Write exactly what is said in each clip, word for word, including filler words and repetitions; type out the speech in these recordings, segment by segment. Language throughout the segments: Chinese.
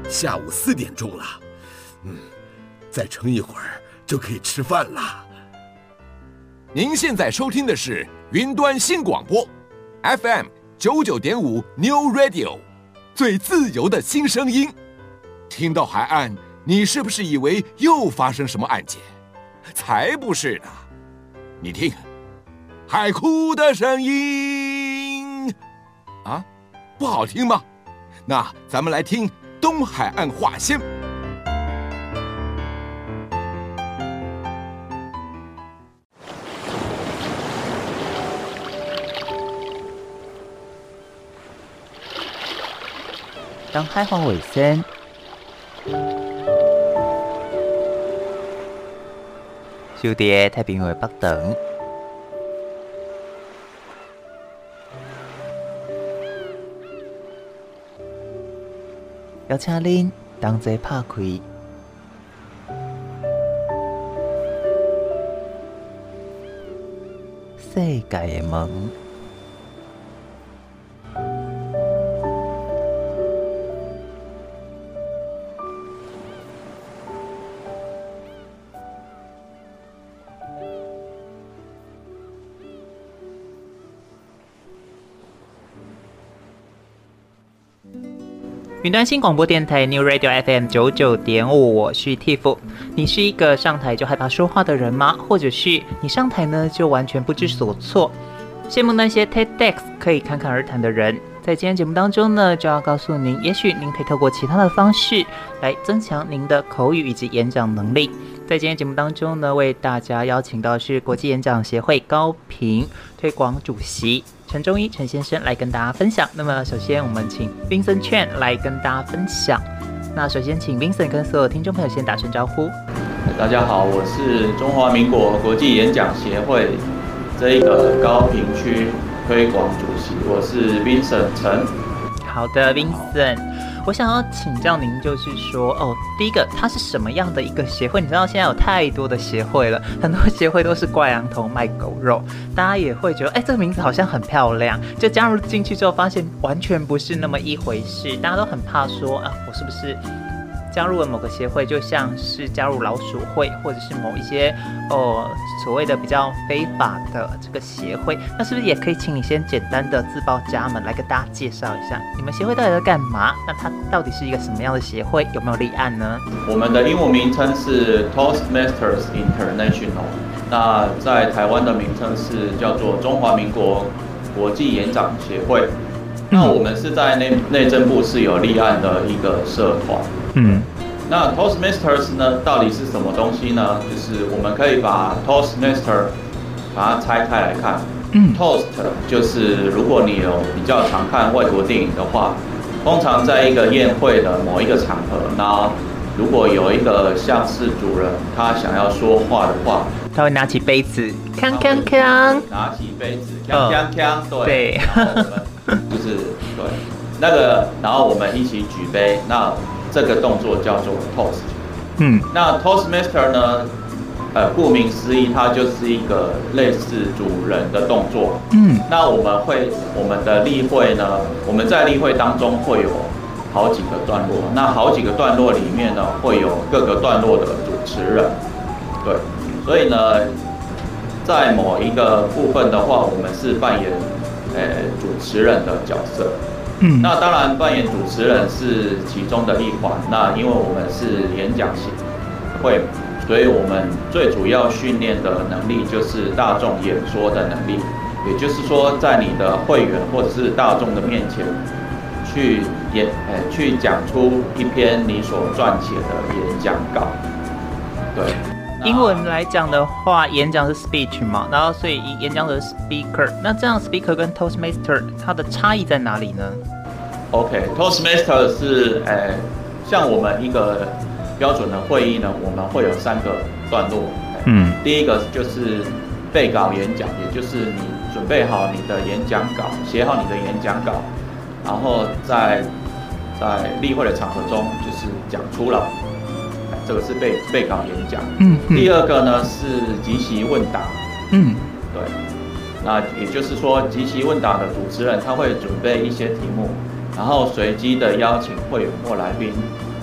下午四点钟了，嗯，再撑一会儿就可以吃饭了。 您现在收听的是云端新广播 F M 九九点五 New Radio， 最自由的新声音。听到海岸，你是不是以为又发生什么案件？才不是呢！你听，海哭的声音啊，不好听吗？那咱们来听东海岸话先。 东海岸卫生。收伫太平洋北长，邀请恁同齐拍开世界的门。云端新广播电台 New Radio F M 九九点五，我是 Tiff。你是一个上台就害怕说话的人吗？或者是你上台呢就完全不知所措？羡慕那些 TEDx 可以侃侃而谈的人。在今天节目当中呢，就要告诉您，也许您可以透过其他的方式来增强您的口语以及演讲能力。在今天节目当中呢，为大家邀请到是国际演讲协会高屏推广主席陈忠一陈先生来跟大家分享。那么首先我们请 Vincent Chen 来跟大家分享。那首先请 Vincent 跟所有听众朋友先打声招呼。 大家好，我是中华民国国际演讲协会这一个高屏区推广主席，我是 Vincent 陈。 好的 Vincent， 我想要请教您，就是说哦，第一个它是什么样的一个协会？你知道现在有太多的协会了，很多协会都是挂羊头卖狗肉，大家也会觉得哎，这个名字好像很漂亮，就加入进去之后发现完全不是那么一回事，大家都很怕说啊，我是不是加入了某个协会，就像是加入老鼠会，或者是某一些哦所谓的比较非法的这个协会，那是不是也可以请你先简单的自报家门，来跟大家介绍一下你们协会到底在干嘛？那它到底是一个什么样的协会？有没有立案呢？ 我们的英文名称是 Toastmasters International， 那在台湾的名称是叫做中华民国国际演讲协会。那我们是在内内政部是有立案的一个社团。嗯，那 Toastmasters 呢，到底是什么东西呢？就是我们可以把 Toastmaster 把它拆开来看。嗯 ，Toast 就是如果你有比较常看外国电影的话，通常在一个宴会的某一个场合，那如果有一个像是主人他想要说话的话， 他会拿起杯子，锵锵锵， 拿起杯子，锵锵锵，对。 对就是对那个，然后我们一起举杯，那这个动作叫做 toast。嗯，那 Toastmaster 呢，呃，顾名思义，它就是一个类似主人的动作。嗯，那我们会我们的例会呢，我们在例会当中会有好几个段落，那好几个段落里面呢，会有各个段落的主持人。对，所以呢，在某一个部分的话，我们是扮演呃主持人的角色。嗯，那当然扮演主持人是其中的一环。那因为我们是演讲协会，所以我们最主要训练的能力就是大众演说的能力，也就是说，在你的会员或者是大众的面前，去演呃去讲出一篇你所撰写的演讲稿。对。 英文来讲的话，演讲是 speech 嘛，然后所以演讲者是 speaker。那这样 speaker 跟 Toastmaster 它的差异在哪里呢 ？OK，Toastmaster、okay, 是呃，像我们一个标准的会议呢，我们会有三个段落。嗯，第一个就是备稿演讲，也就是你准备好你的演讲稿，写好你的演讲稿，然后在在例会的场合中就是讲出了。这个是备备稿演讲。嗯，第二个呢是即席问答。嗯，对。那也就是说，即席问答的主持人他会准备一些题目，然后随机的邀请会员或来宾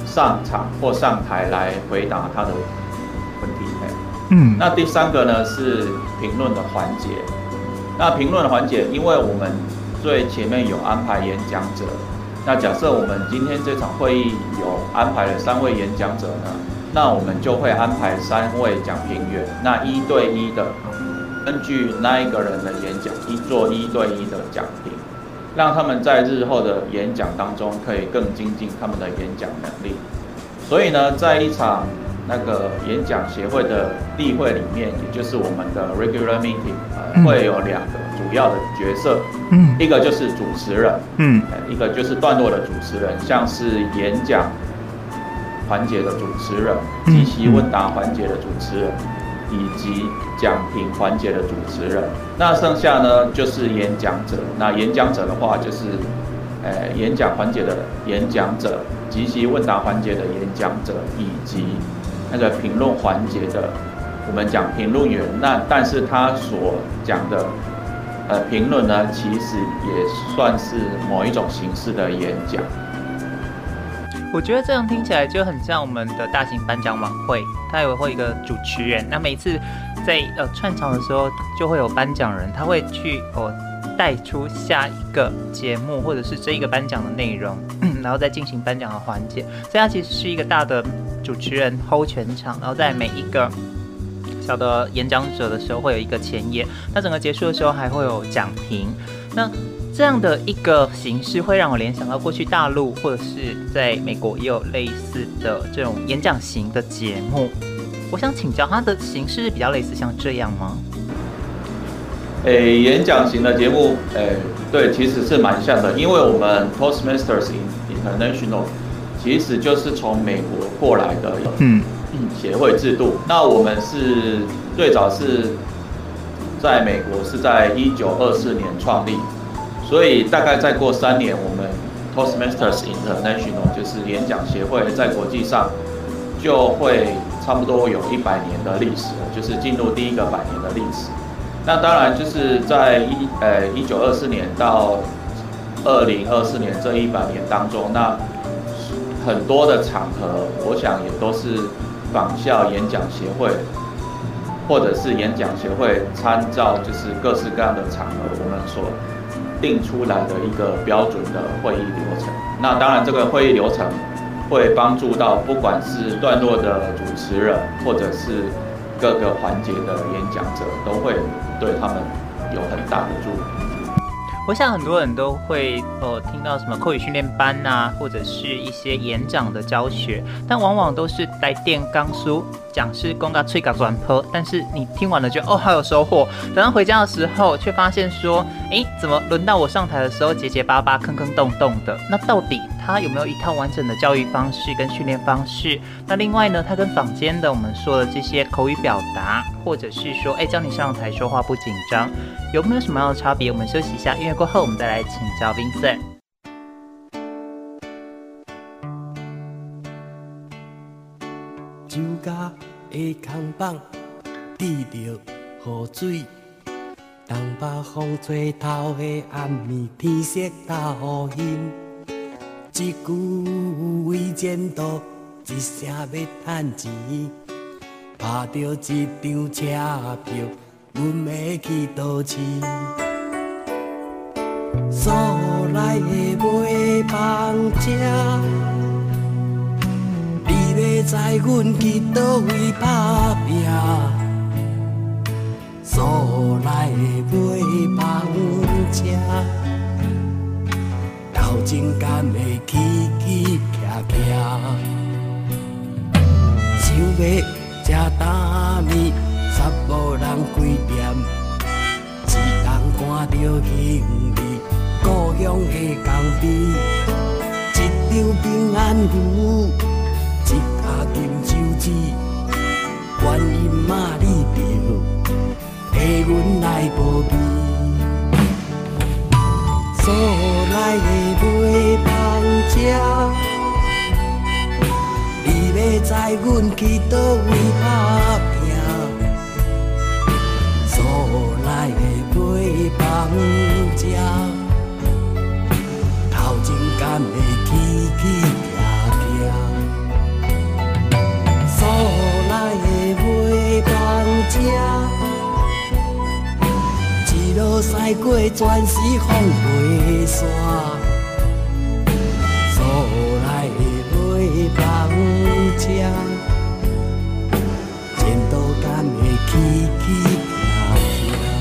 上场或上台来回答他的问题。嗯，那第三个呢是评论的环节。那评论的环节，因为我们最前面有安排演讲者，那假设我们今天这场会议有安排了三位演讲者呢，那我们就会安排三位讲评员，那一对一的根据那一个人的演讲，一做一对一的讲评，让他们在日后的演讲当中可以更精进他们的演讲能力。所以呢，在一场那个演讲协会的例会里面，也就是我们的 regular meeting， 呃，会有两个主要的角色，嗯，一个就是主持人，嗯，一个就是段落的主持人，像是演讲环节的主持人、即席问答环节的主持人，以及讲评环节的主持人。那剩下呢就是演讲者。那演讲者的话，就是，呃，演讲环节的演讲者、即席问答环节的演讲者，以及那个评论环节的，我们讲评论员。那但是他所讲的，呃，评论呢，其实也算是某一种形式的演讲。 我觉得这样听起来就很像我们的大型颁奖晚会，它也会有一个主持人，那每次在呃串场的时候，就会有颁奖人，他会去哦带出下一个节目或者是这一个颁奖的内容，然后再进行颁奖的环节。所以它其实是一个大的主持人 hold 全场，然后在每一个小的演讲者的时候会有一个前言，那整个结束的时候还会有讲评。那这样的一个形式会让我联想到过去大陆或者是在美国也有类似的这种演讲型的节目。我想请教，它的形式比较类似像这样吗？ 诶，演讲型的节目，诶，对，其实是蛮像的，因为我们 Toastmasters International 其实就是从美国过来的，嗯，协会制度。那我们是最早是在美国是在一九二四年创立。所以大概再过三年，我们 Toastmasters International 就是演讲协会，在国际上就会差不多有一百年的历史了，就是进入第一个百年的历史。那当然就是在一呃一九二四年到二零二四年这一百年当中，那很多的场合，我想也都是仿效演讲协会，或者是演讲协会参照就是各式各样的场合，我们所定出来的一个标准的会议流程。那当然，这个会议流程会帮助到不管是段落的主持人，或者是各个环节的演讲者，都会对他们有很大的助力。 我想很多人都会呃听到什么口语训练班啊，或者是一些演讲的教学，但往往都是来电刚书，讲师公告吹嘎转坡，但是你听完了就哦好有收获，等到回家的时候却发现说，哎，怎么轮到我上台的时候结结巴巴、坑坑洞洞的？那到底他有没有一套完整的教育方式跟训练方式？那另外呢，他跟坊间的我们说的这些口语表达，或者是说，哎，教你上台说话不紧张，有没有什么样的差别？我们休息一下，音乐过后我们再来请教 Vincent。 酒家的空棒，滴着雨水，东北风吹透的暗暝，天色倒阴。一句为前途，一声要趁钱，拍着一张车票，阮要去倒市。所来的买房车，你要知阮去倒位打拼？所来的买房车，头前敢会起起徛徛？想要吃大面，煞无人开店，一人赶着兄弟。故乡的江边，一张平安符，一架金手指，观音妈你着替阮来保庇。所来的买房车，你要知阮去倒位打拼？所来的买房车。头前敢会起起徛徛？ 驶过全是风飞沙，所来的尾帮车，前途敢会起起行行。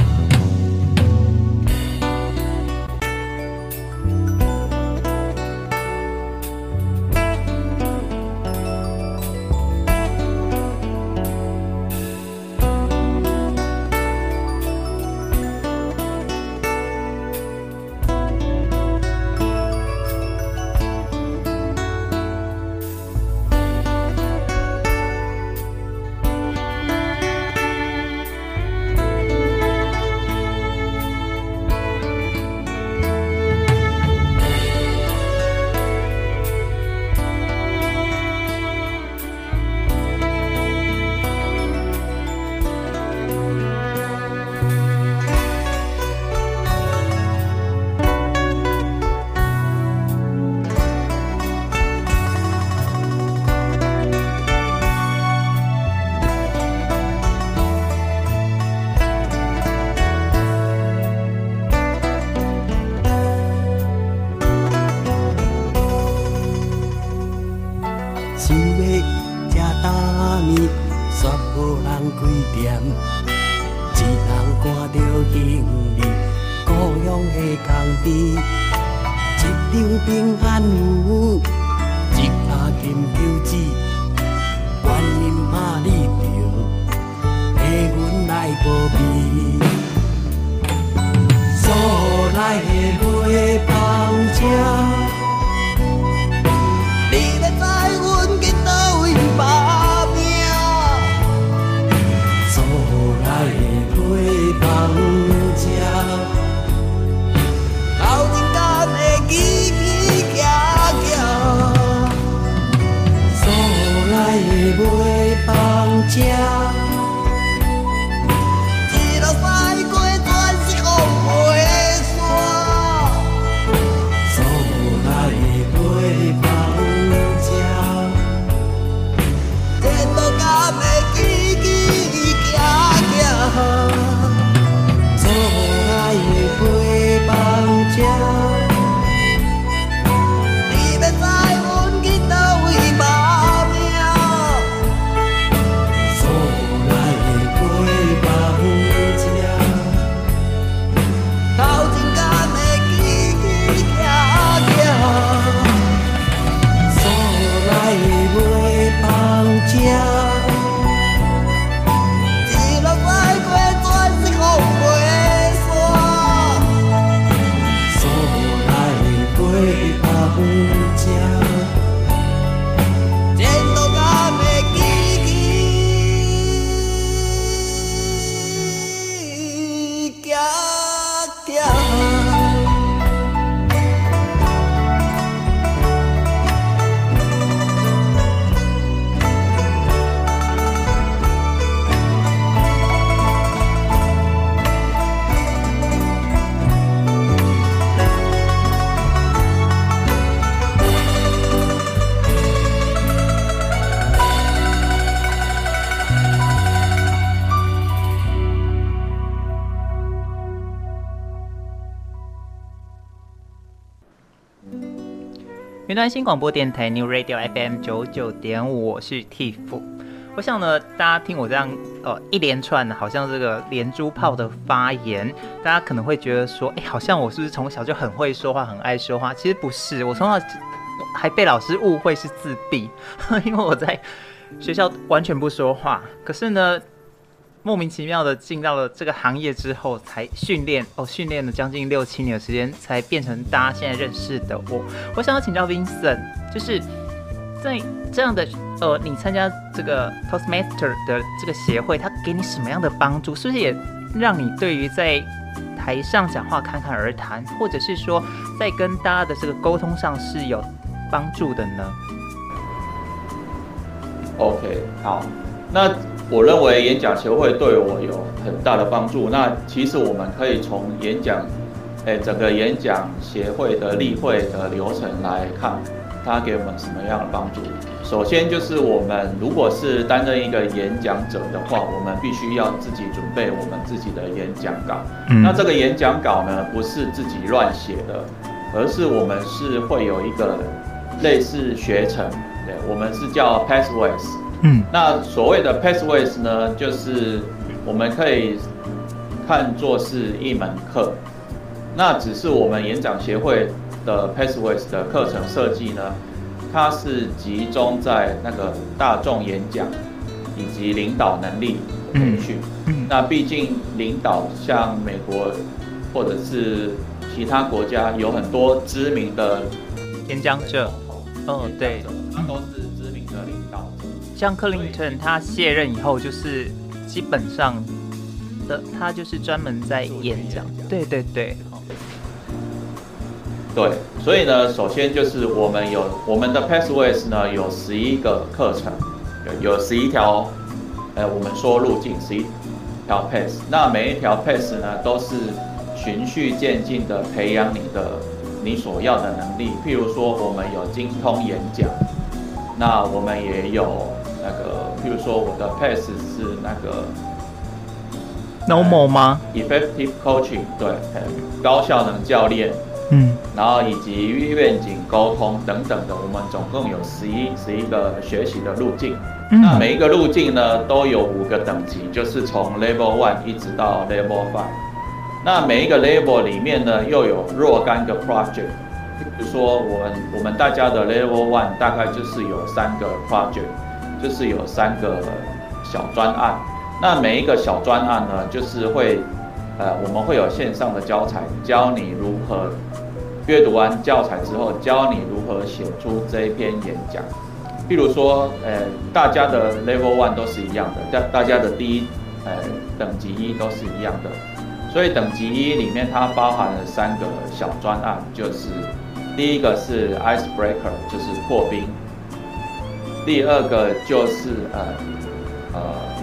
云端新广播电台 New Radio F M 九九点五，我是 Tiff。我想呢，大家听我这样呃一连串好像这个连珠炮的发言，大家可能会觉得说，哎，好像我是不是从小就很会说话，很爱说话？其实不是，我从小还被老师误会是自闭，因为我在学校完全不说话。可是呢，莫名其妙的进到了这个行业之后，才训练哦，训练了将近六七年的时间，才变成大家现在认识的我。我想要请教 Vincent， 就是在这样的呃，你参加这个 Toastmaster 的这个协会，它给你什么样的帮助？是不是也让你对于在台上讲话侃侃而谈，或者是说在跟大家的这个沟通上是有帮助的呢 ？OK， 好，那。我认为演讲协会对我有很大的帮助。那其实我们可以从演讲，诶，整个演讲协会的例会的流程来看。 它给我们什么样的帮助？首先就是我们如果是担任一个演讲者的话，我们必须要自己准备我们自己的演讲稿。嗯、那这个演讲稿呢，不是自己乱写的，而是我们是会有一个类似学程，对，我们是叫 pathways。嗯，那所谓的 pathways 呢，就是我们可以看作是一门课。那只是我们演讲协会的 pathways 的课程设计呢，它是集中在那个大众演讲以及领导能力培训。嗯嗯、那毕竟领导像美国或者是其他国家有很多知名的演讲者，哦，对， 他都是知名的领导者。 像克林顿他卸任以后，就是基本上的他就是专门在演讲。对对对。 对，所以呢，首先就是我们有我们的 pathways 呢有十一个课程，有有十一条，呃，我们说路径，十一条 path。那每一条 path 呢都是循序渐进的培养你的你所要的能力。譬如说，我们有精通演讲，那我们也有那个，譬如说我的 path 是那个 normal 吗、 呃、？effective coaching， 对，高效能教练。 嗯， 然后以及愿景沟通等等的，我们总共有十一十一个学习的路径。嗯、那每一个路径呢都有五个等级，就是从 Level One 一直到 Level Five。那每一个 Level 里面呢又有若干个 project。比如说我们我们大家的 Level One 大概就是有三个 project， 就是有三个小专案。那每一个小专案呢，就是会呃我们会有线上的教材，教你如何。阅读完教材之后，教你如何写出这一篇演讲。譬如说，呃，大家的 Level One 都是一样的，大大家的第一，呃，等级一都是一样的。所以等级一里面它包含了三个小专案，就是第一个是 Icebreaker， 就是破冰；第二个就是呃呃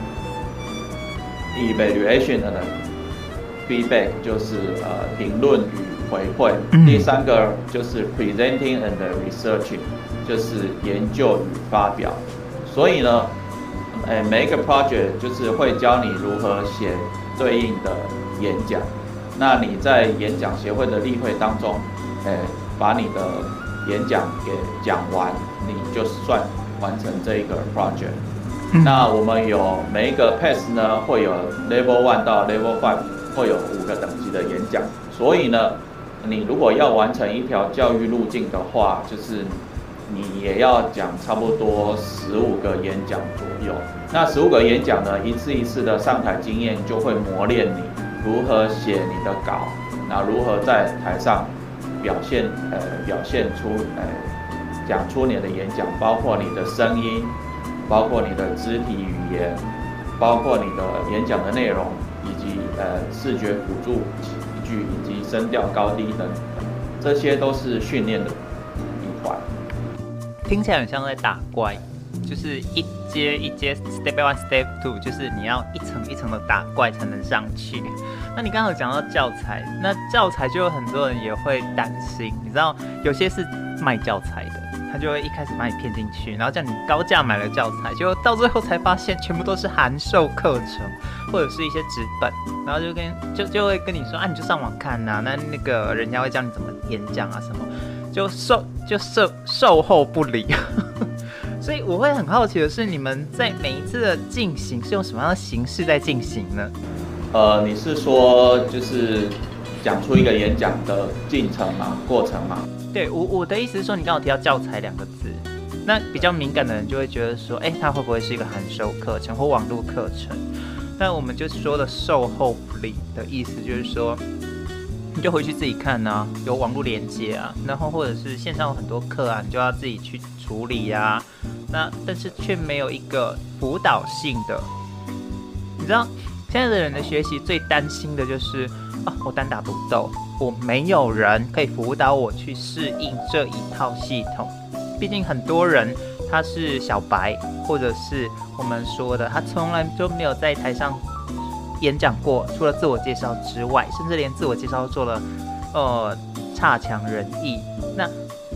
Evaluation 的 Feedback， 就是呃评论与回馈。第三个就是 presenting and researching， 就是研究与发表。所以呢，呃，每一个 project 就是会教你如何写对应的演讲。那你在演讲协会的例会当中，呃，把你的演讲给讲完，你就算完成这一个 project。那我们有每一个 path 呢，会有 level one 到 level five， 会有五个等级的演讲。所以呢，你如果要完成一条教育路径的话，就是你也要讲差不多十五个演讲左右。那十五个演讲呢，一次一次的上台经验就会磨练你如何写你的稿，那如何在台上表现呃表现出呃讲出你的演讲，包括你的声音，包括你的肢体语言，包括你的演讲的内容，以及呃视觉辅助器具以及声调高低等等，这些都是训练的一环。 听起来很像在打怪，就是一阶一阶 step one step two， 就是你要一层一层的打怪才能上去。那你刚刚有讲到教材，那教材就有很多人也会担心，你知道有些是卖教材的，他就会一开始把你骗进去，然后叫你高价买了教材，结果到最后才发现全部都是函授课程或者是一些纸本，然后就跟就就会跟你说啊，你就上网看啊，那那个人家会教你怎么演讲啊什么，就售就售售后不理。所以我会很好奇的是，你们在每一次的进行是用什么样的形式在进行呢？ 呃，你是说就是讲出一个演讲的进程吗？过程吗？ 对，我我的意思是说，你刚好提到教材两个字，那比较敏感的人就会觉得说，哎，它会不会是一个函授课程或网络课程？但我们就说的售后不理的意思就是说，你就回去自己看啊，有网络连接啊，然后或者是线上有很多课啊，你就要自己去处理啊。那但是却没有一个辅导性的，你知道现在的人的学习最担心的就是啊，我单打独斗，我没有人可以辅导我去适应这一套系统。毕竟很多人他是小白，或者是我们说的他从来就没有在台上演讲过，除了自我介绍之外，甚至连自我介绍都做了呃差强人意。那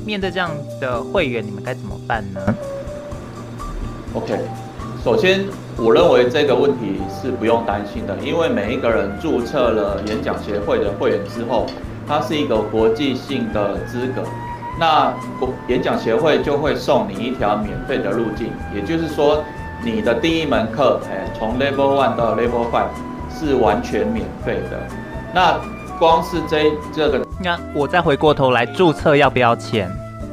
面对这样的会员，你们该怎么办呢 ？OK， 首先我认为这个问题是不用担心的，因为每一个人注册了演讲协会的会员之后，它是一个国际性的资格，那演讲协会就会送你一条免费的路径，也就是说，你的第一门课，哎，从 Level One 到 Level Five 是完全免费的。那光是这这个， 那我再回过头来，注册要不要钱？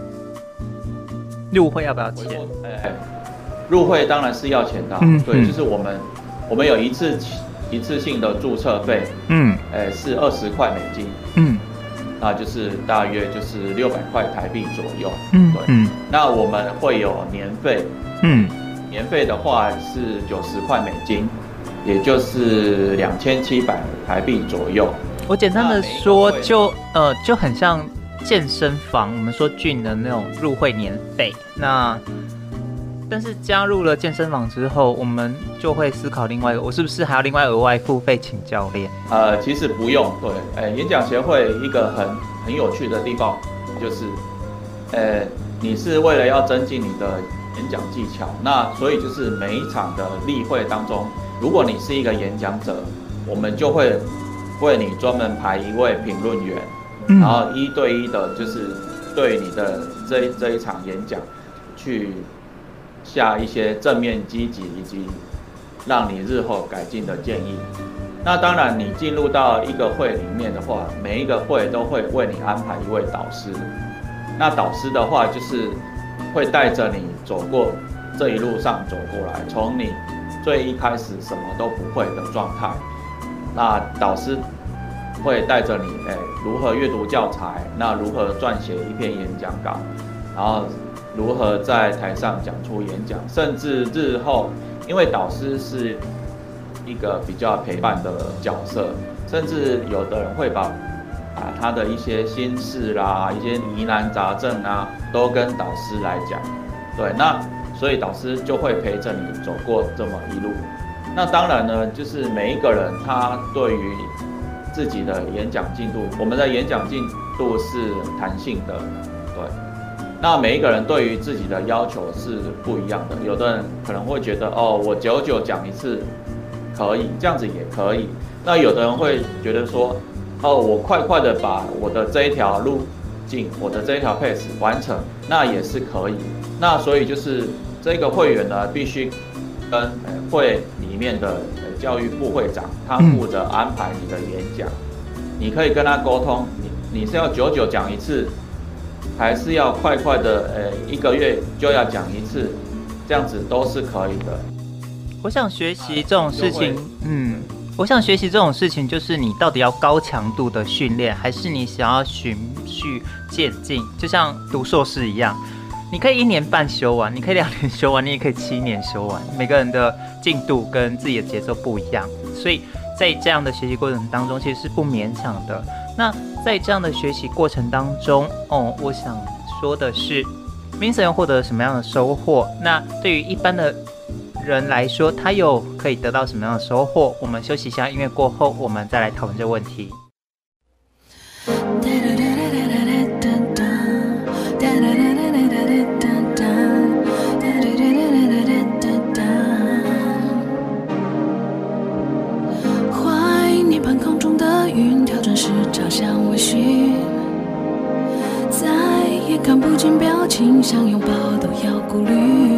入会要不要钱？ 哎，入会当然是要钱的、啊嗯，对，就是我们我们有一次一次性的注册费，嗯，哎是二十块美金，嗯，那就是大约就是六百块台币左右，嗯，对，嗯，那我们会有年费，嗯，年费的话是九十块美金，也就是两千七百台币左右。 我简单的说，就呃就很像健身房，我们说俊的那种入会年费。那但是加入了健身房之后，我们就会思考另外一个，我是不是还要另外额外付费请教练？ 呃，其实不用。对，呃，演讲协会一个很很有趣的地方就是，呃，你是为了要增进你的演讲技巧，那所以就是每一场的例会当中，如果你是一个演讲者，我们就会为你专门排一位评论员，嗯、然后一对一的，就是对你的这这一场演讲去下一些正面积极以及让你日后改进的建议。那当然，你进入到一个会里面的话，每一个会都会为你安排一位导师。那导师的话，就是会带着你走过这一路上走过来，从你最一开始什么都不会的状态，那导师会带着你，哎，如何阅读教材，那如何撰写一篇演讲稿，然后如何在台上讲出演讲，甚至日后，因为导师是一个比较陪伴的角色，甚至有的人会把啊他的一些心事啦、一些疑难杂症啊，都跟导师来讲。对，那所以导师就会陪着你走过这么一路。那当然呢，就是每一个人他对于自己的演讲进度，我们的演讲进度是弹性的，对。那每一个人对于自己的要求是不一样的，有的人可能会觉得，哦，我久久讲一次可以，这样子也可以。那有的人会觉得说，哦，我快快的把我的这一条路径，我的这一条 pace 完成，那也是可以。那所以就是这个会员呢，必须跟会里面的教育部会长，他负责安排你的演讲，你可以跟他沟通，你你是要久久讲一次，还是要快快的，呃，一个月就要讲一次，这样子都是可以的。 我想学习这种事情，嗯，我想学习这种事情，就是你到底要高强度的训练，还是你想要循序渐进，就像读硕士一样。你可以一年半修完，你可以两年修完，你也可以七年修完。每个人的进度跟自己的节奏不一样，所以在这样的学习过程当中，其实是不勉强的。那在这样的学习过程当中，哦，我想说的是 ，Vincent 又获得了什么样的收获？那对于一般的人来说，他又可以得到什么样的收获？我们休息一下，音乐过后，我们再来讨论这个问题。 朝向微醺，再也看不见表情，想拥抱都要顾虑。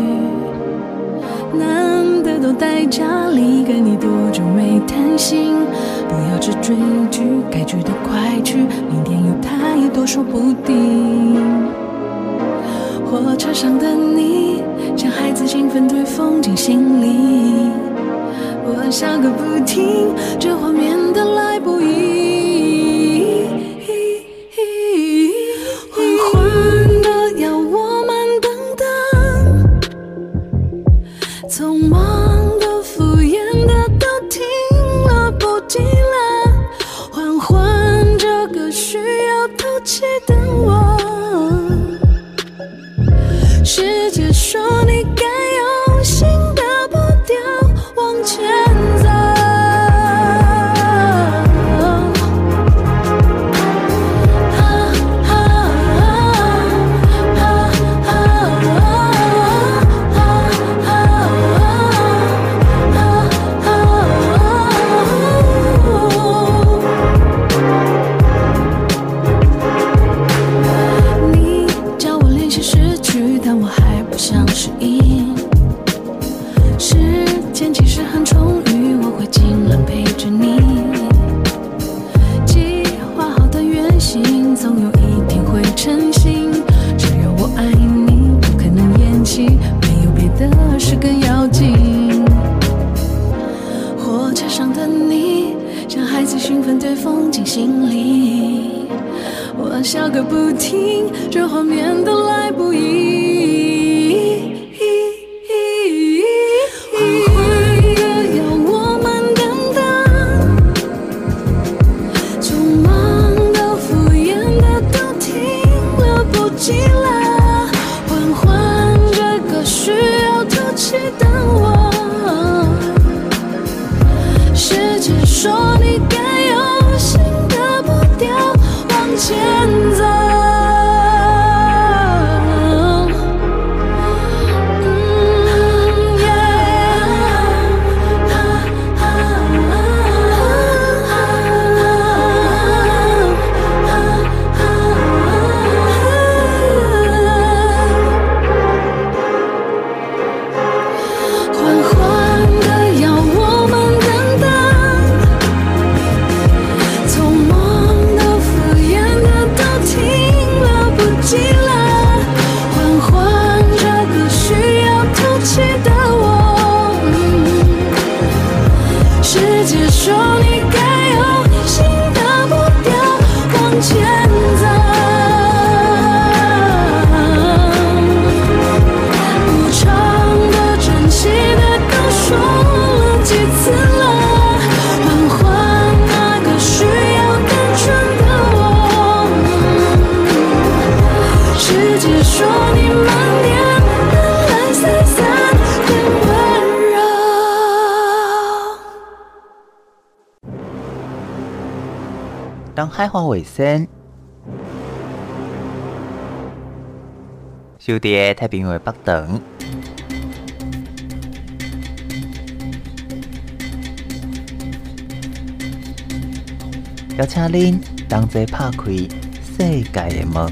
难得都待家里，跟你多久没谈心？不要只追剧，该去的快去，明天有太多说不定。火车上的你，像孩子兴奋对风景心里，我笑个不停，这画面的来不易。匆忙的、敷衍的都停了，不急了，缓缓这个需要透气的我。世界说你该用新的步调往前走。 的画面都来不及。缓缓的要我们等等，匆忙的敷衍的都停了不及了。缓缓这个需要透气的我，世界说你该有新的步调往前走。 当海话尾声，收伫太平洋的北端，邀请恁同齐拍开世界的门。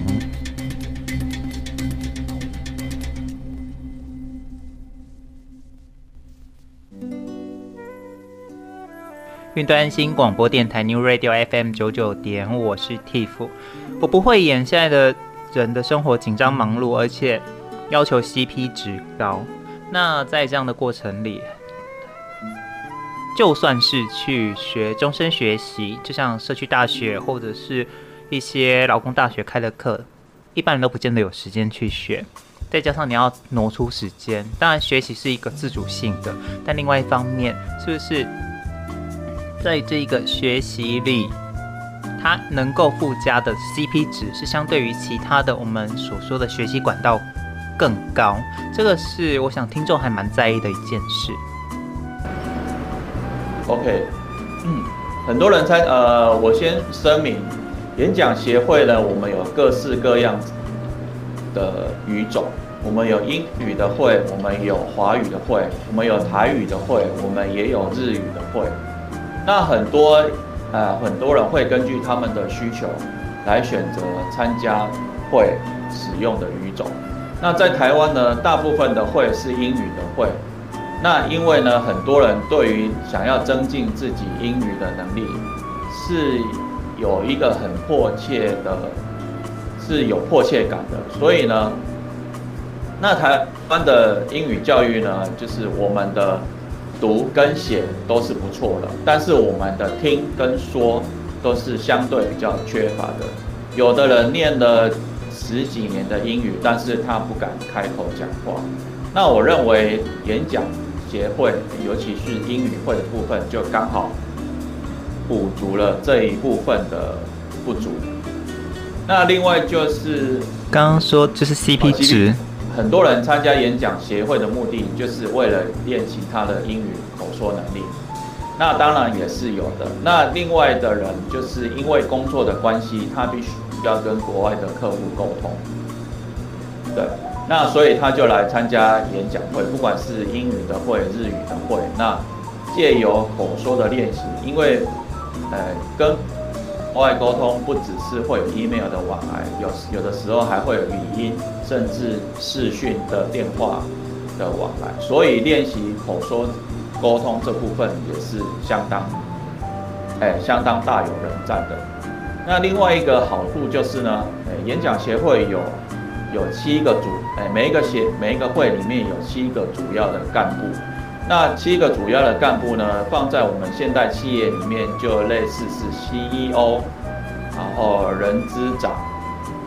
云端新广播电台 New Radio F M 九九点五，我是 Tiff。我不会演现在的人的生活紧张忙碌，而且要求 C P 值高。那在这样的过程里，就算是去学终身学习，就像社区大学或者是一些劳工大学开的课，一般人都不见得有时间去学。再加上你要挪出时间，当然学习是一个自主性的，但另外一方面，是不是在这个学习里，它能够附加的 C P 值是相对于其他的我们所说的学习管道更高？这个是我想听众还蛮在意的一件事。 OK， 嗯，很多人猜，呃，我先声明，演讲协会呢，我们有各式各样的语种，我们有英语的会，我们有华语的会，我们有台语的会，我们也有日语的会。那很多呃很多人会根据他们的需求来选择参加会使用的语种。那在台湾呢，大部分的会是英语的会。那因为呢，很多人对于想要增进自己英语的能力，是有一个很迫切的，是有迫切感的。所以呢，那台湾的英语教育呢，就是我们的读跟写都是不错的，但是我们的听跟说都是相对比较缺乏的。有的人念了十几年的英语，但是他不敢开口讲话。那我认为演讲协会，尤其是英语会的部分，就刚好补足了这一部分的不足。那另外就是刚刚说就是 C P 值。 很多人参加演讲协会的目的，就是为了练习他的英语口说能力。那当然也是有的。那另外的人，就是因为工作的关系，他必须要跟国外的客户沟通。对，那所以他就来参加演讲会，不管是英语的会、日语的会。那借由口说的练习，因为呃跟国外沟通不只是会有 email 的往来，有有的时候还会有语音，甚至视讯的电话的往来，所以练习口说沟通这部分也是相当，哎，相当大有人在的。那另外一个好处就是呢，哎，演讲协会有有七个主，哎，每一个协每一个会里面有七个主要的干部。那七个主要的干部呢，放在我们现代企业里面，就类似是 C E O， 然后人资长，然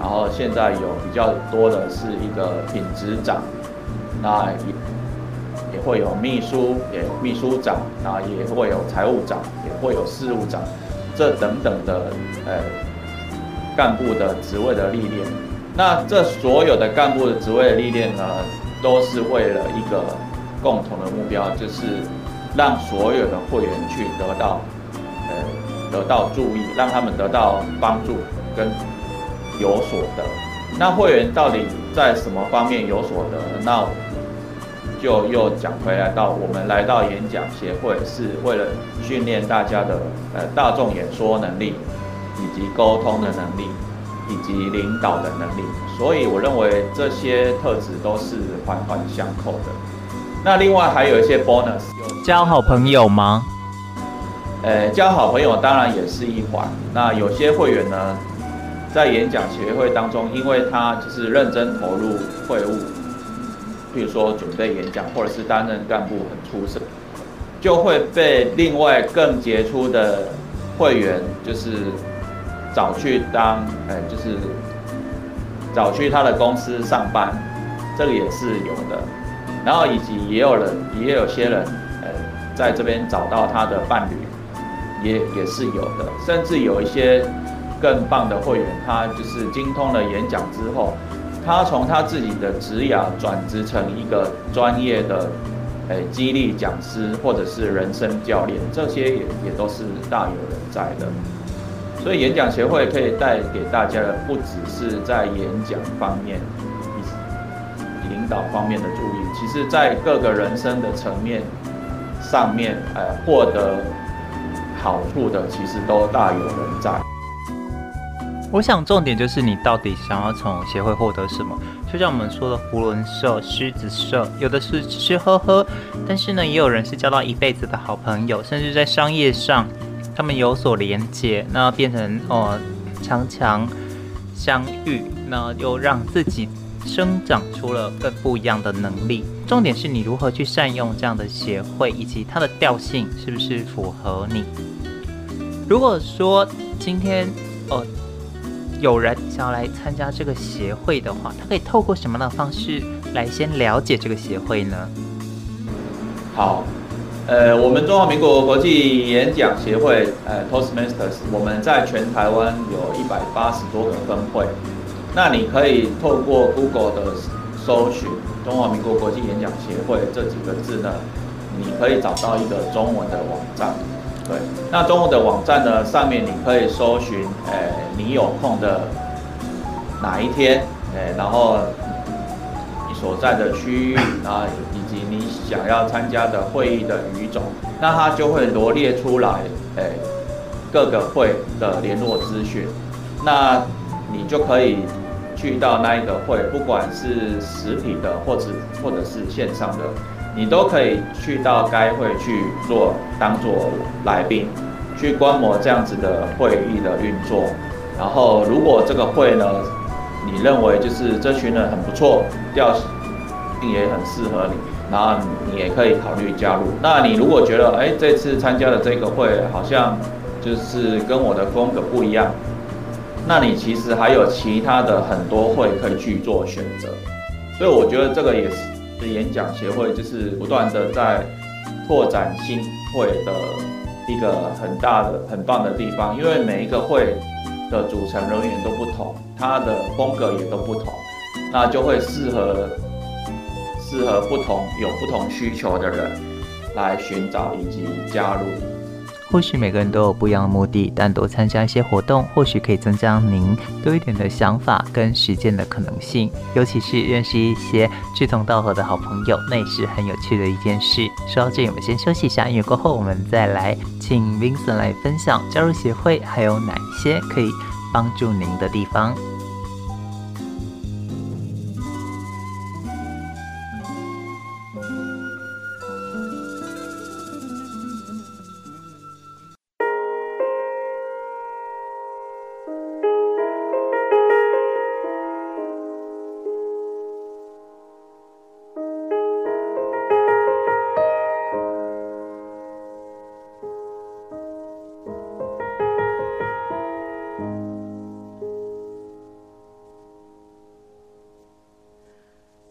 然后现在有比较多的是一个品质长，那也也会有秘书，也有秘书长，然后也会有财务长，也会有事务长，这等等的呃干部的职位的历练。那这所有的干部的职位的历练呢，都是为了一个共同的目标，就是让所有的会员去得到呃得到注意，让他们得到帮助跟有所得。那会员到底在什么方面有所得？那就又讲回来到我们来到演讲协会，是为了训练大家的呃大众演说能力，以及沟通的能力，以及领导的能力。所以我认为这些特质都是环环相扣的。那另外还有一些 bonus， 交好朋友吗？ 呃，交好朋友当然也是一环。那有些会员呢，在演讲协会当中，因为他就是认真投入会务，譬如说准备演讲，或者是担任干部很出色，就会被另外更杰出的会员就是找去当，呃，就是找去他的公司上班，这个也是有的。然后以及也有人，也有些人，呃，在这边找到他的伴侣，也也是有的。甚至有一些更棒的会员，他就是精通了演讲之后，他从他自己的职涯转职成一个专业的，呃，激励讲师或者是人生教练，这些也也都是大有人在的。所以演讲协会可以带给大家的，不只是在演讲方面、领导方面的注意，其实在各个人生的层面上面，呃，获得好处的，其实都大有人在。 我想重点就是你到底想要从协会获得什么。就像我们说的扶轮社、狮子社，有的是吃吃喝喝，但是呢，也有人是交到一辈子的好朋友，甚至在商业上他们有所连结，那变成呃强强相遇，那又让自己生长出了更不一样的能力。重点是你如何去善用这样的协会，以及它的调性是不是符合你。如果说今天呃有人想要来参加这个协会的话，他可以透过什么样的方式来先了解这个协会呢？ 好，呃，我们中华民国国际演讲协会，呃 Toastmasters， 我们在全台湾有一百八十多个分会。那你可以透过 Google 的搜寻“中华民国国际演讲协会”这几个字呢，你可以找到一个中文的网站。对，那中文的网站呢，上面你可以搜寻，呃，你有空的哪一天，呃，然后你所在的区域，然后以及你想要参加的会议的语种，那它就会罗列出来，呃，各个会的联络资讯，那你就可以去到那一个会，不管是实体的或者或者是线上的，你都可以去到该会去做，当做来宾，去观摩这样子的会议的运作。然后，如果这个会呢，你认为就是这群人很不错，调性也很适合你，然后你也可以考虑加入。那你如果觉得，哎，这次参加的这个会好像就是跟我的风格不一样，那你其实还有其他的很多会可以去做选择。所以我觉得这个也是。演讲协会就是不断的在拓展新会的一个很大的、很棒的地方，因为每一个会的组成人员都不同，它的风格也都不同，那就会适合适合不同有不同需求的人来寻找以及加入。 或许每个人都有不一样的目的，但多参加一些活动，或许可以增加您多一点的想法跟实践的可能性。尤其是认识一些志同道合的好朋友，那也是很有趣的一件事。说到这里，我们先休息一下，音乐过后我们再来请 Vincent 来分享加入协会还有哪一些可以帮助您的地方。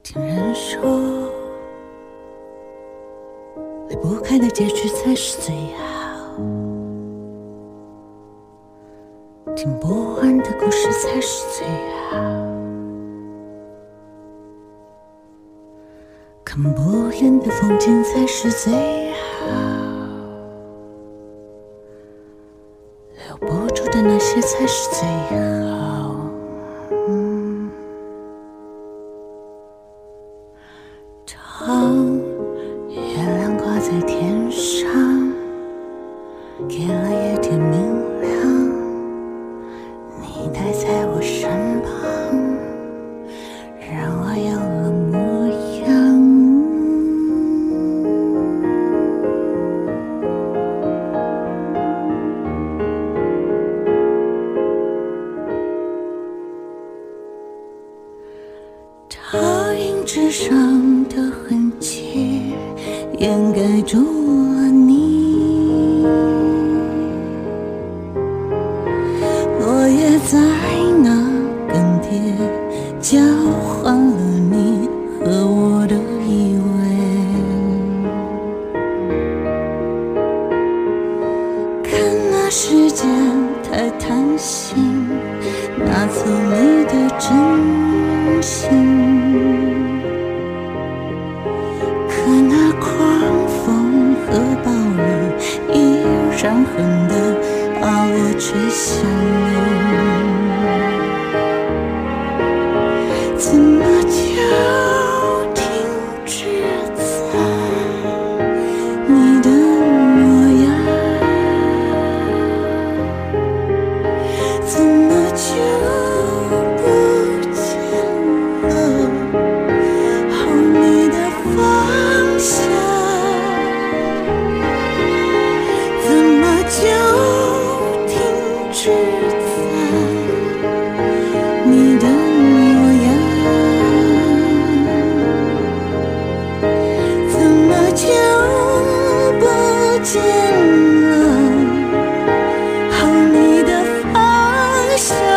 听人说，离不开的结局才是最好，听不完的故事才是最好，看不厌的风景才是最好，留不住的那些才是最好。嗯，当月亮挂在天上，给了夜点明亮，你待在我身旁，让我有了模样。倒影纸上的痕迹掩盖住了你，落叶在那更迭，交换了你和我的以为。看那时间太贪心，拿走你的真心。可那狂风和暴雨依然狠地把我吹向你，怎么就停止在你的模样？怎么就不见了后你的方向？怎么就停止在你的模样？怎么就不见了后你的方向？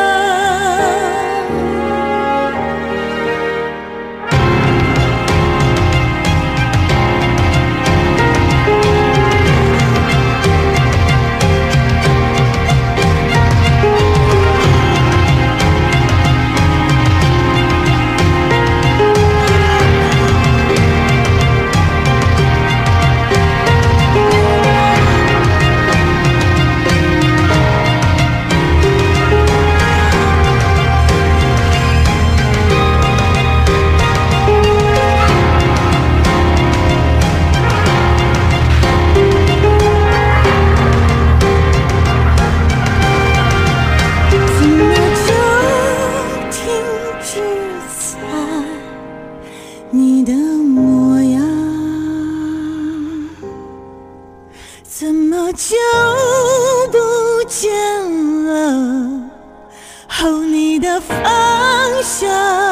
你的模样，怎么就不见了后你的方向？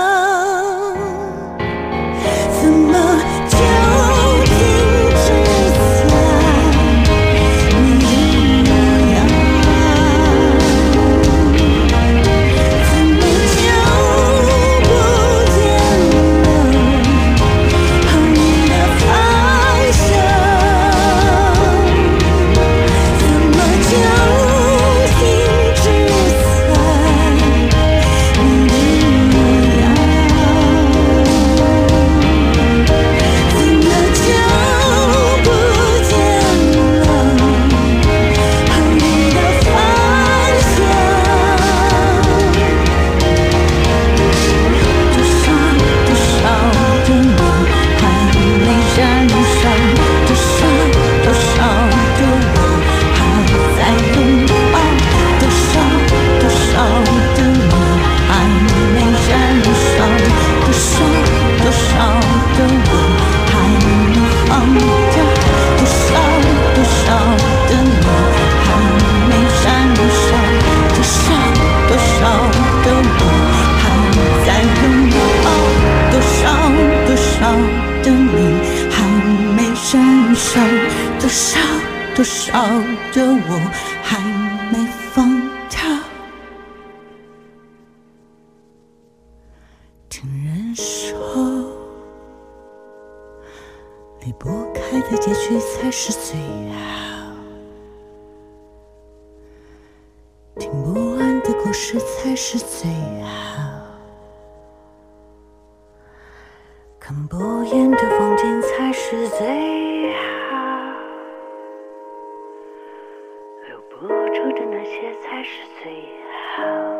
怎么就停止在你的模样？怎么就不见了后你的方向？怎么就停止在你的模样？怎么就不见了后你的方向？多少多少的你还没燃烧，多少多少的我还在拥抱，多少多少的你还没燃烧，多少多少的我还没放掉，多少多少的你还没燃烧，多少多少的我还在拥抱，多少多少的你还没燃烧，多少多少的我还没放掉。听人说， 离不开的结局才是最好，听不完的故事才是最好，看不厌的风景才是最好，留不住的那些才是最好。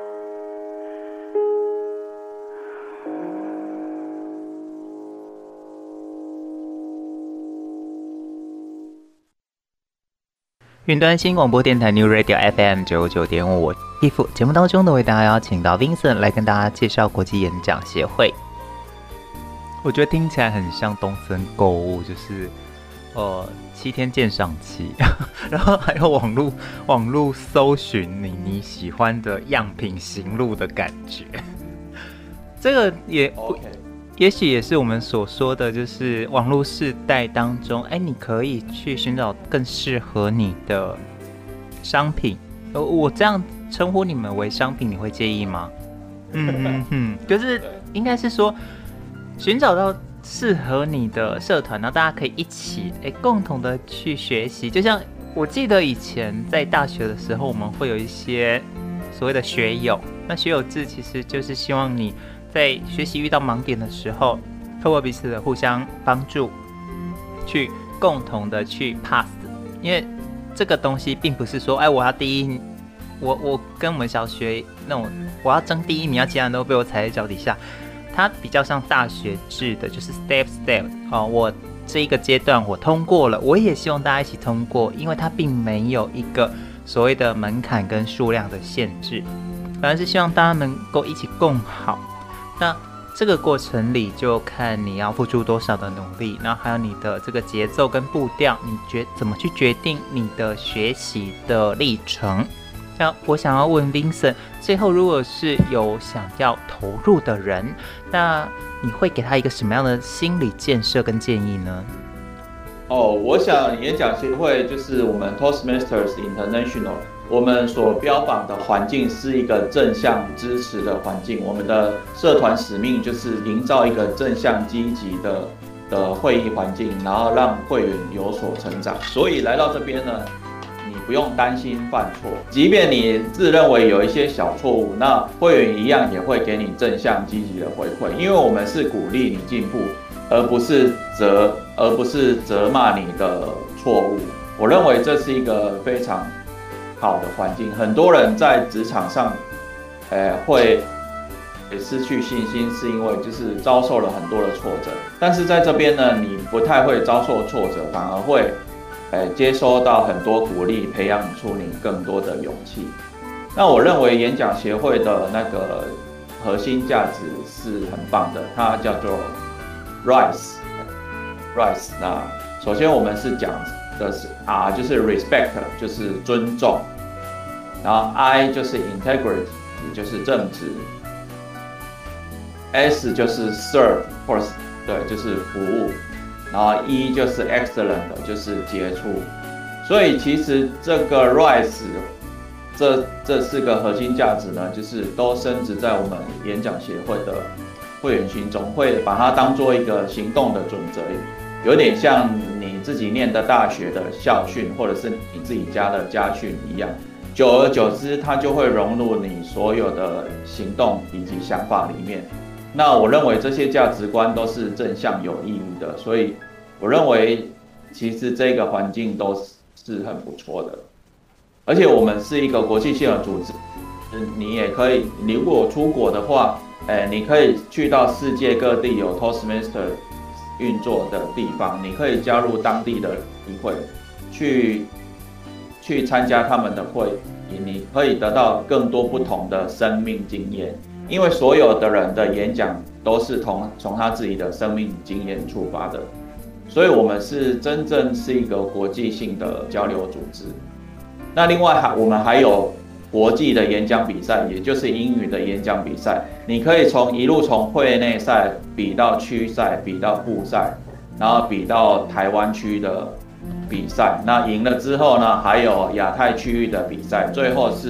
云端新广播电台 New Radio F M 九九点五，我义父节目当中呢，为大家邀请到 Vincent 来跟大家介绍国际演讲协会。我觉得听起来很像东森购物，就是呃七天鉴赏期，然后还有网络网络搜寻你你喜欢的样品行路的感觉。这个也不。Okay.也许也是我们所说的，就是网络世代当中，哎，你可以去寻找更适合你的商品。呃，我这样称呼你们为商品，你会介意吗？嗯嗯嗯，就是应该是说，寻找到适合你的社团，然后大家可以一起，哎，共同的去学习。就像我记得以前在大学的时候，我们会有一些所谓的学友，那学友制其实就是希望你在学习遇到盲点的时候，透过彼此的互相帮助，去共同的去 pass。因为这个东西并不是说，哎，我要第一，我我跟我们小学那种，我要争第一名，要其他人都被我踩在脚底下。它比较像大学制的，就是 step step。哦，我这一个阶段我通过了，我也希望大家一起通过，因为它并没有一个所谓的门槛跟数量的限制，反而是希望大家能够一起共好。那这个过程里就看你要付出多少的努力，然后还有你的这个节奏跟步调，你决怎么去决定你的学习的历程。那我想要问 Vincent， 最后如果是有想要投入的人，那你会给他一个什么样的心理建设跟建议呢？ 哦，我想演讲协会就是我们 Toastmasters International， 我们所标榜的环境是一个正向支持的环境。我们的社团使命就是营造一个正向积极的的会议环境，然后让会员有所成长。所以来到这边呢，你不用担心犯错，即便你自认为有一些小错误，那会员一样也会给你正向积极的回馈，因为我们是鼓励你进步，而不是责而不是责骂你的错误。我认为这是一个非常好的环境。很多人在职场上，呃，会失去信心，是因为就是遭受了很多的挫折。但是在这边呢，你不太会遭受挫折，反而会，呃，接收到很多鼓励，培养出你更多的勇气。那我认为演讲协会的那个核心价值是很棒的，它叫做 Rise。Rise， 那首先我们是讲的是 R， 就是 respect， 就是尊重，然后 I 就是 integrity， 也就是正直 ，S 就是 serve， 或者是对，就是服务，然后 E 就是 excellent， 就是杰出。所以其实这个 Rise 这这四个核心价值呢，就是都深植在我们演讲协会的会员心中，会把它当做一个行动的准则。有点像你自己念的大学的校训，或者是你自己家的家训一样，久而久之，它就会融入你所有的行动以及想法里面。那我认为这些价值观都是正向有意义的，所以我认为其实这个环境都是很不错的。而且我们是一个国际性的组织，你也可以，你如果出国的话，哎，你可以去到世界各地有 Toastmaster运作的地方，你可以加入当地的议会，去去参加他们的会议，你可以得到更多不同的生命经验。因为所有的人的演讲都是从从他自己的生命经验出发的，所以我们是真正是一个国际性的交流组织。那另外还我们还有国际的演讲比赛，也就是英语的演讲比赛，你可以从一路从会内赛比到区赛，比到部赛，然后比到台湾区的比赛。那赢了之后呢，还有亚太区域的比赛，最后是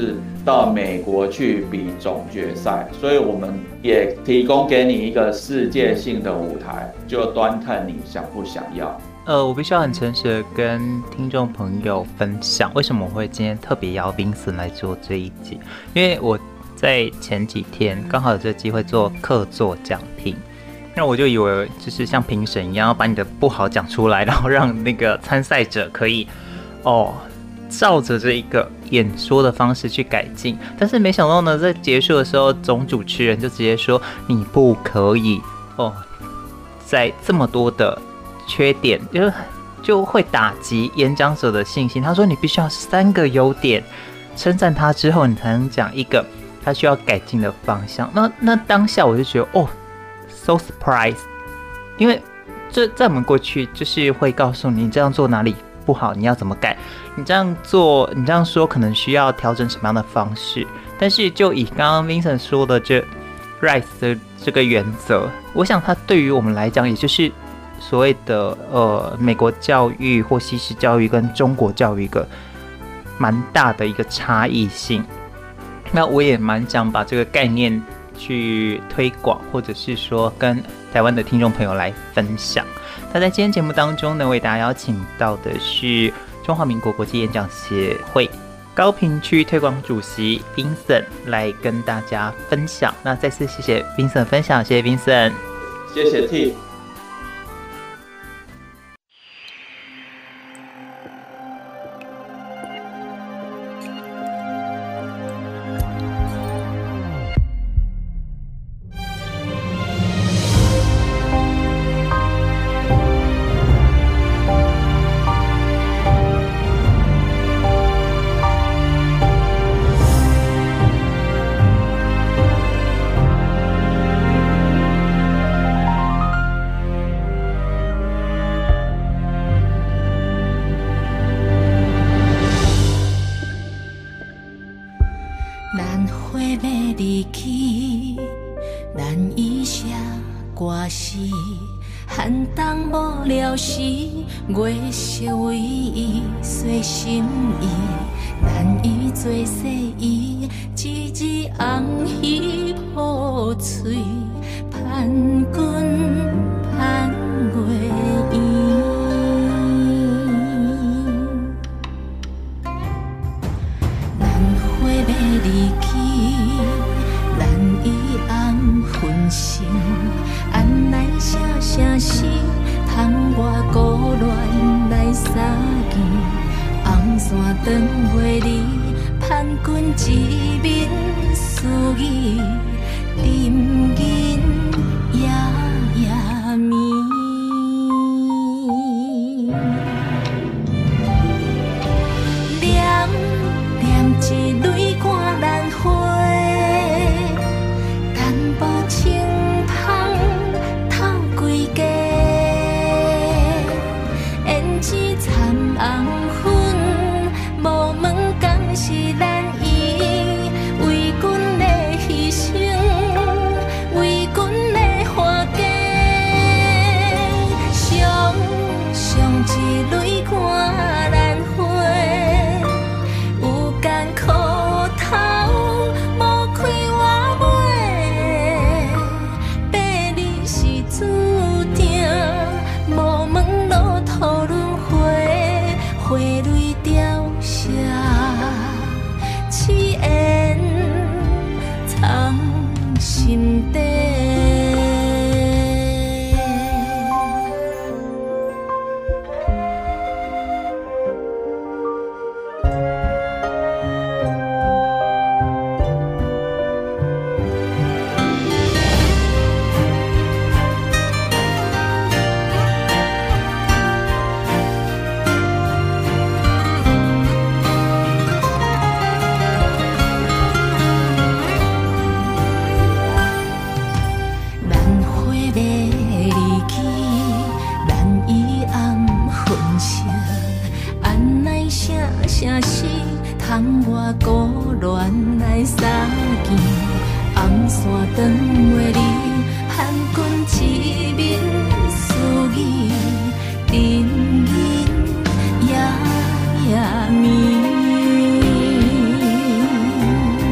到美国去比总决赛，所以我们也提供给你一个世界性的舞台，就端看你想不想要。 呃，我必须要很诚实的跟听众朋友分享，为什么我会今天特别邀 Vincent 来做这一集，因为我在前几天刚好有这个机会做客座讲评，那我就以为就是像评审一样，要把你的不好讲出来，然后让那个参赛者可以哦照着这一个演说的方式去改进，但是没想到呢，在结束的时候，总主持人就直接说你不可以哦，在这么多的缺点，就就会打击演讲者的信心。他说你必须要三个优点，称赞他之后，你才能讲一个他需要改进的方向。那那当下我就觉得哦 ，so surprised， 因为这在我们过去就是会告诉你，你这样做哪里不好，你要怎么改。你这样做，你这样说，可能需要调整什么样的方式？但是就以刚刚 Vincent 说的这 Rice 的这个原则，我想它对于我们来讲，也就是所谓的呃美国教育或西式教育跟中国教育一个蛮大的一个差异性。那我也蛮想把这个概念去推广，或者是说跟台湾的听众朋友来分享。那在今天节目当中呢，为大家邀请到的是中华民国国际演讲协会高屏区推广主席 Vincent 来跟大家分享。那再次谢谢 Vincent 分享，谢谢 Vincent， 谢谢 T。 月色为伊随心意，难以做细意，一日红稀破碎，盼君盼月圆。咱花要离去，咱以暗分心，安来声声心。窗外孤鸾来相见，红线长月里，盼君一面思意，沉吟夜夜眠。念念一蕊看兰花，淡薄清芳透规家。红粉无问敢是咱意，为君的牺牲，为君的花嫁。上上一蕊看兰花，有间苦头无开我尾，八字是注定，无问路途轮回。花蕊凋谢，痴缘藏心底。城市窗外孤鸾来相见，红线长月里，盼君一面思意，沉吟夜夜眠。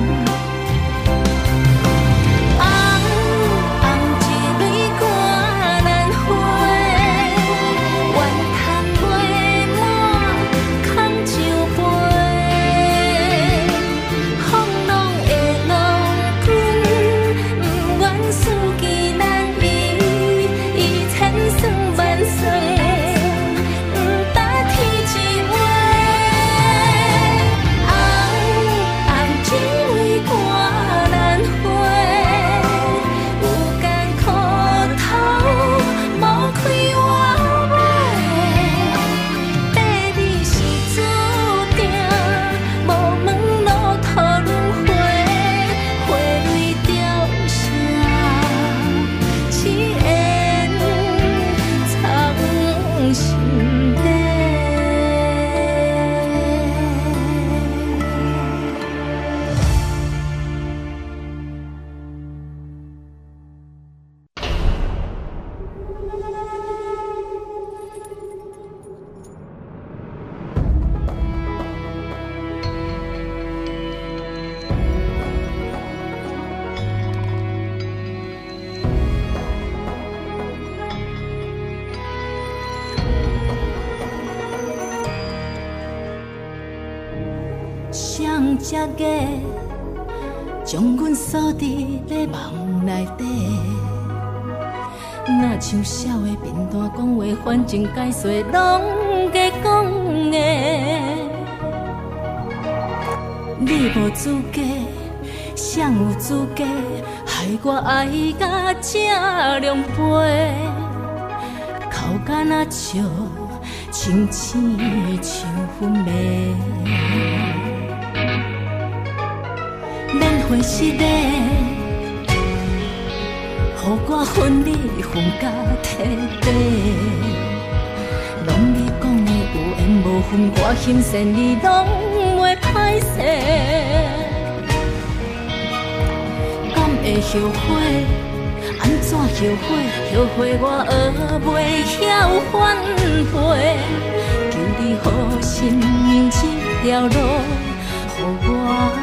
只假，将阮锁伫咧梦内底。若像少的片段讲话，反正解说拢假讲的。你无资格，谁有资格害我爱甲这凉杯？口干若笑，清醒像昏迷。免费失礼，予我分你分甲彻底。拢你讲的有缘无分，我心善你拢袂歹势。敢会后悔？安怎后悔？后悔我学袂晓反悔。求你好心让这条路，予我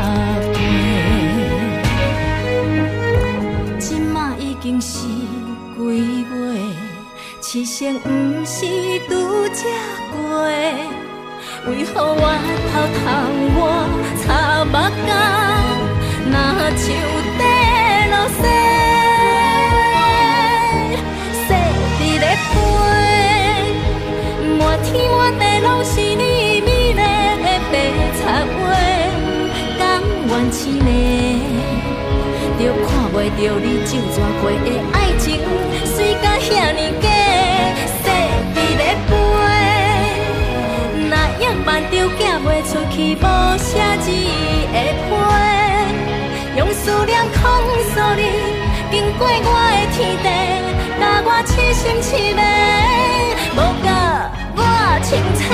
陪。今嘛已经是几月，痴心不是拄则过。为何我头痛我擦目角，若像地落雪，雪伫咧飞，满天满地拢是你美丽的白插画，甘愿痴迷，就看袂着你皱蛇过的爱情，水甲遐尼假，雪伫咧飞。若样万条寄袂出去，无写字的批，用思念控诉你，经过我的天地，甲我痴心痴迷，无甲我清醒。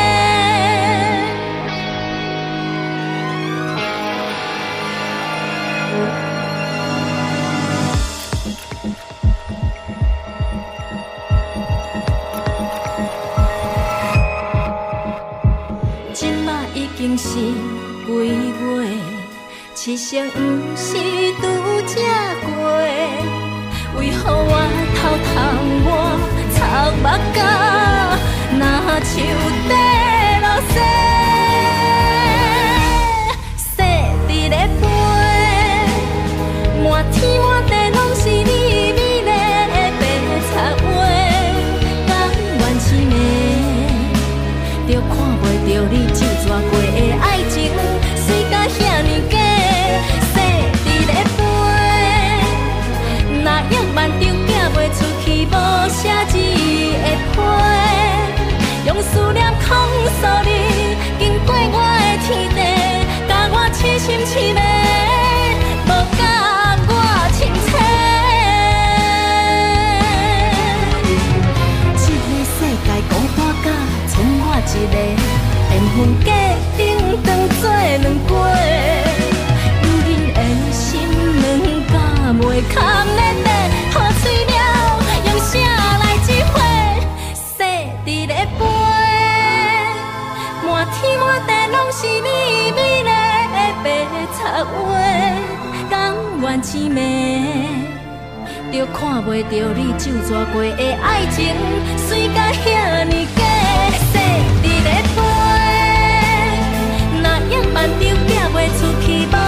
已经是几月，痴心不是拄则过。为何我头痛我擦目角，若像地落雪，雪伫咧飞，满天满地拢是你美丽的白插画，甘愿痴迷，就看袂着你皱蛇过的爱情，水甲遐尼假，雪伫咧飞，若样万张寄袂出去，无写字的批，用思念控诉你，经过我的天地，甲我痴心痴迷，无甲我清醒。这个世界孤单甲剩我一个。缘分假顶当做两过，有人的心两甲袂堪咧底，好嘴了用啥来指挥？雪伫咧飞，满天满地拢是你美丽的白插画，甘愿痴迷，就看袂着你皱蛇过的爱情，水甲遐尼假，雪伫咧飞。万张寄袂出去。